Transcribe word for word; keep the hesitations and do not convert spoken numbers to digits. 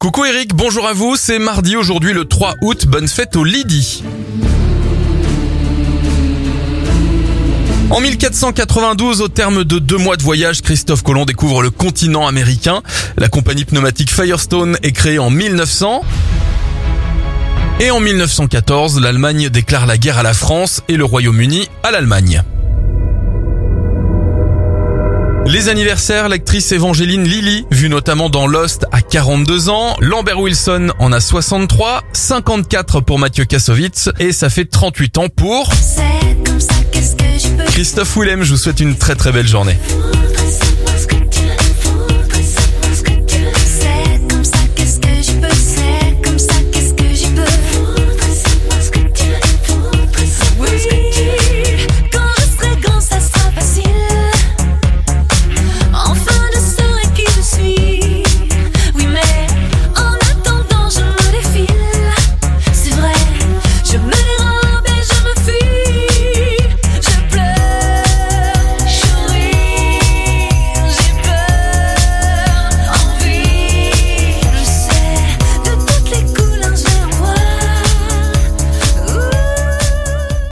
Coucou Eric, bonjour à vous, c'est mardi aujourd'hui le trois août, bonne fête au Lydie. En mille quatre cent quatre-vingt-douze, au terme de deux mois de voyage, Christophe Colomb découvre le continent américain. La compagnie pneumatique Firestone est créée en mille neuf cents. Et en mille neuf cent quatorze, l'Allemagne déclare la guerre à la France et le Royaume-Uni à l'Allemagne. Les anniversaires, l'actrice Evangeline Lilly, vue notamment dans Lost, a quarante-deux ans, Lambert Wilson en a soixante-trois, cinquante-quatre pour Mathieu Kassovitz et ça fait trente-huit ans pour C'est comme ça, qu'est-ce que je peux Christophe Willem. Je vous souhaite une très très belle journée. faire?